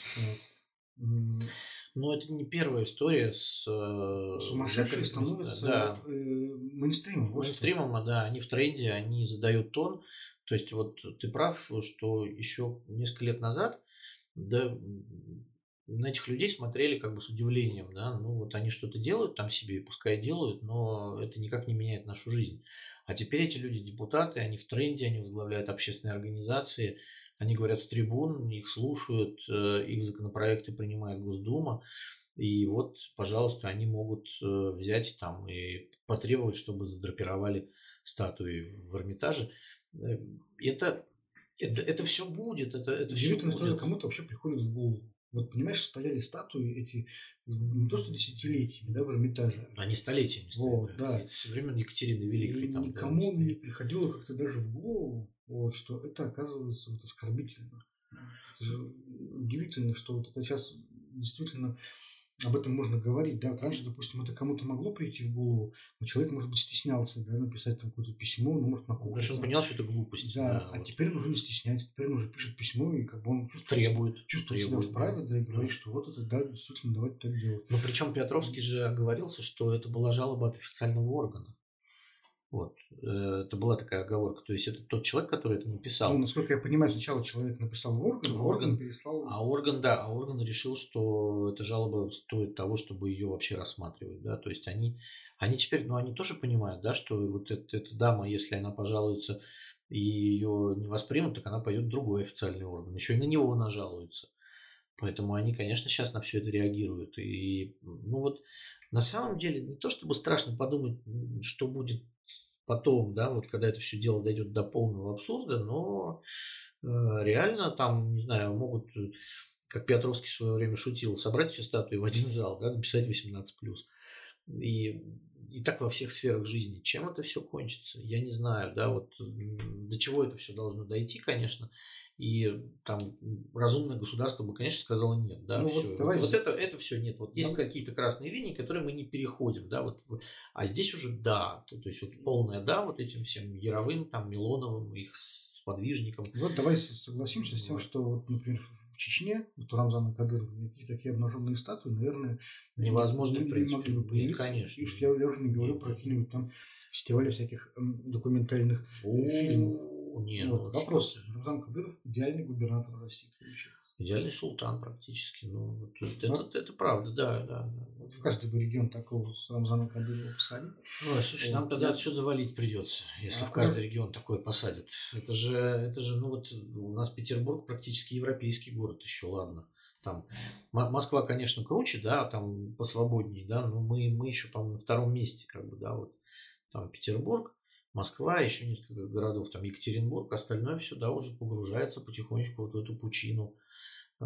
Вот. Но это не первая история с э, Сумасшедшие закрытыми, становятся да, э, мейнстримом. Вот что. мейнстримом, а, да, они в тренде, они задают тон. То есть вот ты прав, что еще несколько лет назад, да, м, на этих людей смотрели как бы с удивлением, да, ну вот они что-то делают там себе, пускай делают, но это никак не меняет нашу жизнь. А теперь эти люди депутаты, они в тренде, они возглавляют общественные организации, они говорят с трибун, их слушают, э, их законопроекты принимает Госдума. И вот, пожалуйста, они могут э, взять там и потребовать, чтобы задрапировали статуи в Эрмитаже. Э, Это, это, это все будет, это, это все Удивительно, что это будет. кому-то вообще приходит в голову. Вот, понимаешь, стояли статуи эти не то что десятилетиями, да, в Эрмитаже. Они столетиями Вот, стоят. да. Это со времен Екатерины И Великой. Там, да, никому стоят. не приходило как-то даже в голову, вот, что это оказывается вот оскорбительно. Это же удивительно, что вот это сейчас действительно об этом можно говорить, да, вот раньше, допустим, это кому-то могло прийти в голову, но человек, может быть, стеснялся, да, написать там какое-то письмо, ну, может, на Потому кухне. что он понял, что это глупость. Да, Да, а вот. теперь он уже не стесняется, теперь он уже пишет письмо, и как бы он чувствует, Требует. чувствует себя требует, вправе, да, и да. говорит, что вот это, да, действительно, давайте так делать. Но причем Петровский же оговорился, что это была жалоба от официального органа. Вот. э, Это была такая оговорка. То есть это тот человек, который это Ну, написал. насколько я понимаю, сначала человек написал в орган, В а орган орган. переслал. А орган, да, а орган решил, что эта жалоба стоит того, чтобы ее вообще рассматривать, да. То есть они, они теперь, ну, они тоже понимают, да, что вот эта, эта дама, если она пожалуется и ее не воспримут, так она пойдет в другой официальный орган, еще и на него нажалуется. Поэтому они, конечно, сейчас на все это реагируют. И, ну вот, на самом деле, не то чтобы страшно подумать, м, что будет потом, да, вот когда это все дело дойдет до полного абсурда, но э, реально там, не знаю, могут, э, как Петровский в свое время шутил, собрать все статуи в один зал, да, написать восемнадцать плюс. И, и так во всех сферах жизни. Чем это все кончится? Я не знаю, да, вот м, до чего это все должно дойти, конечно. И там м, разумное государство бы, конечно, сказало нет, да, Ну все. вот Вот, давай, вот это, это все нет. Вот есть да, какие-то красные линии, которые мы не переходим, да, вот, вот. А здесь уже да, то, то есть вот полное да вот этим всем Яровым, там, Милоновым, их с- сподвижникам. вот давай с- согласимся с тем, Вот. что, вот, например, в Чечне, вот у Рамзана Кадырова, никакие такие обнаженные статуи, наверное, не, Невозможно, не- в не принципе. могли бы Нет, появиться. конечно. И уж я, я уже не говорю Не, про не, какие-нибудь там фестивали всяких м, документальных э, фильмов. О, не, ну Вот, что вопрос. ты. Рамзан Кадыров идеальный губернатор России получается. Идеальный султан практически. Ну, вот это, Вот это, это правда, да, да. да. в каждый бы регион такого с Рамзаном Кадыровым посадить. Ой, слушай, Вот, нам тогда да. отсюда валить придется, если А, в да. каждый регион такое посадят. Это же, это же, ну вот у нас Петербург практически европейский город еще, ладно. Там М- Москва, конечно, круче, да, там посвободнее, да, но мы, мы еще, по-моему, на втором месте, как бы, да, вот. Там Петербург, Москва, еще несколько городов, там Екатеринбург, остальное все, да, уже погружается потихонечку вот в эту пучину, э,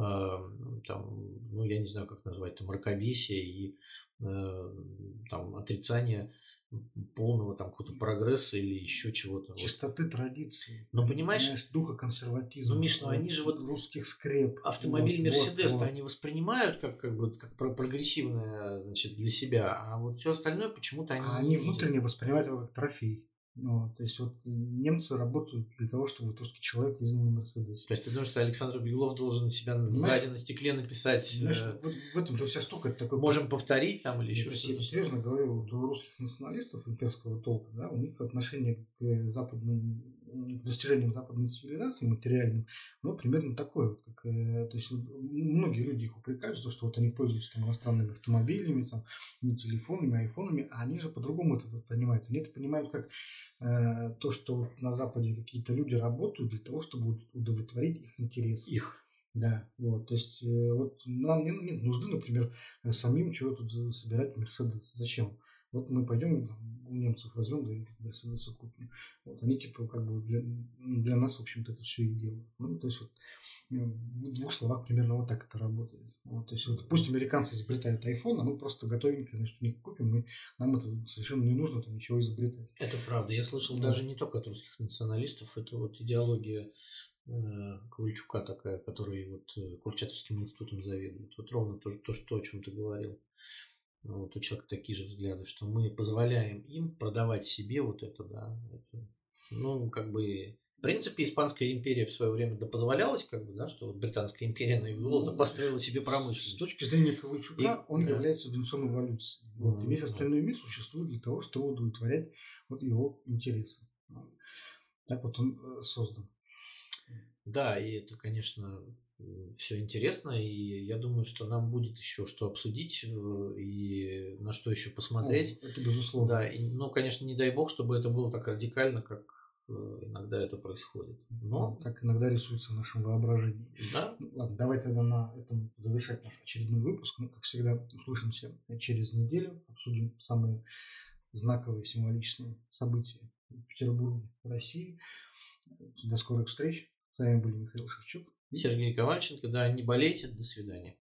там, ну, я не знаю, как назвать, там, мракобесие и э, там отрицание полного там какого-то прогресса или еще чего-то. Вот. Чистоты традиции, Но понимаешь, духа ну, консерватизма, Миш, ну вот, они же вот русских скреп. автомобиль Вот, вот, Мерседес-то вот. они воспринимают как, как бы как про- прогрессивное, значит, для себя, а вот все остальное почему-то они А не они видят. внутренне воспринимают его как трофей. Ну, то есть вот немцы работают для того, чтобы вот русский человек ездил на Мерседесе. То есть ты думаешь, что Александр Беглов должен себя Понимаешь? сзади на стекле написать, Знаешь, э, вот в этом же вся штука. Это такой можем повторить там или Я еще это, что-то? это серьезно говорю, вот у русских националистов имперского толка, да, у них отношение к западным, к достижениям западной цивилизации материальным, ну, примерно такое. Вот, как, э, то есть вот, многие люди их упрекают за то, что вот они пользуются там, иностранными автомобилями, там, не телефонами, айфонами, а они же по-другому это вот понимают. Они это понимают как э, то, что вот на Западе какие-то люди работают для того, чтобы удовлетворить их интересы. Их. Да, вот, то есть э, вот нам не- нет нужды, например, э, самим чего-то д- собирать Мерседес. Зачем? Вот мы пойдем у немцев возьмем, да, и Мерседесы купим. Вот они типа как бы для, для нас, в общем-то, это все и делают. Ну, то есть вот в двух словах примерно вот так это работает. Вот, то есть вот пусть американцы изобретают iPhone, а мы просто готовенько, значит, у них купим, и нам это совершенно не нужно там ничего изобретать. Это правда. Я слышал Ну, даже не только от русских националистов, это вот идеология э, Ковальчука такая, который вот э, Курчатовским институтом заведует. Вот ровно то, то, что, о чем ты говорил. Вот у человека такие же взгляды, что мы позволяем им продавать себе вот это, да. Это, ну, как бы, в принципе, Испанская империя в свое время да позволялась, как бы, да, что вот Британская империя на их золото ну, построила себе с промышленность. точки зрения Ковальчука, И, он да. является венцом эволюции. Вот, и весь остальной мир существует для того, чтобы удовлетворять вот его интересы. Вот. Так вот он э, создан. Да, и это, конечно, все интересно, и я думаю, что нам будет еще что обсудить э, и на что еще посмотреть. О, это безусловно. Да, и, ну, конечно, не дай бог, чтобы это было так радикально, как э, иногда это происходит. Но, Ну, так иногда рисуется в нашем воображении. да, Ну, ладно, давай тогда на этом завершать наш очередной выпуск. Мы, как всегда, услышимся через неделю, обсудим самые знаковые, символичные события в Петербурге, в России. До скорых встреч. С вами был Михаил Шевчук. Сергей Ковальченко, да, не болейте, до свидания.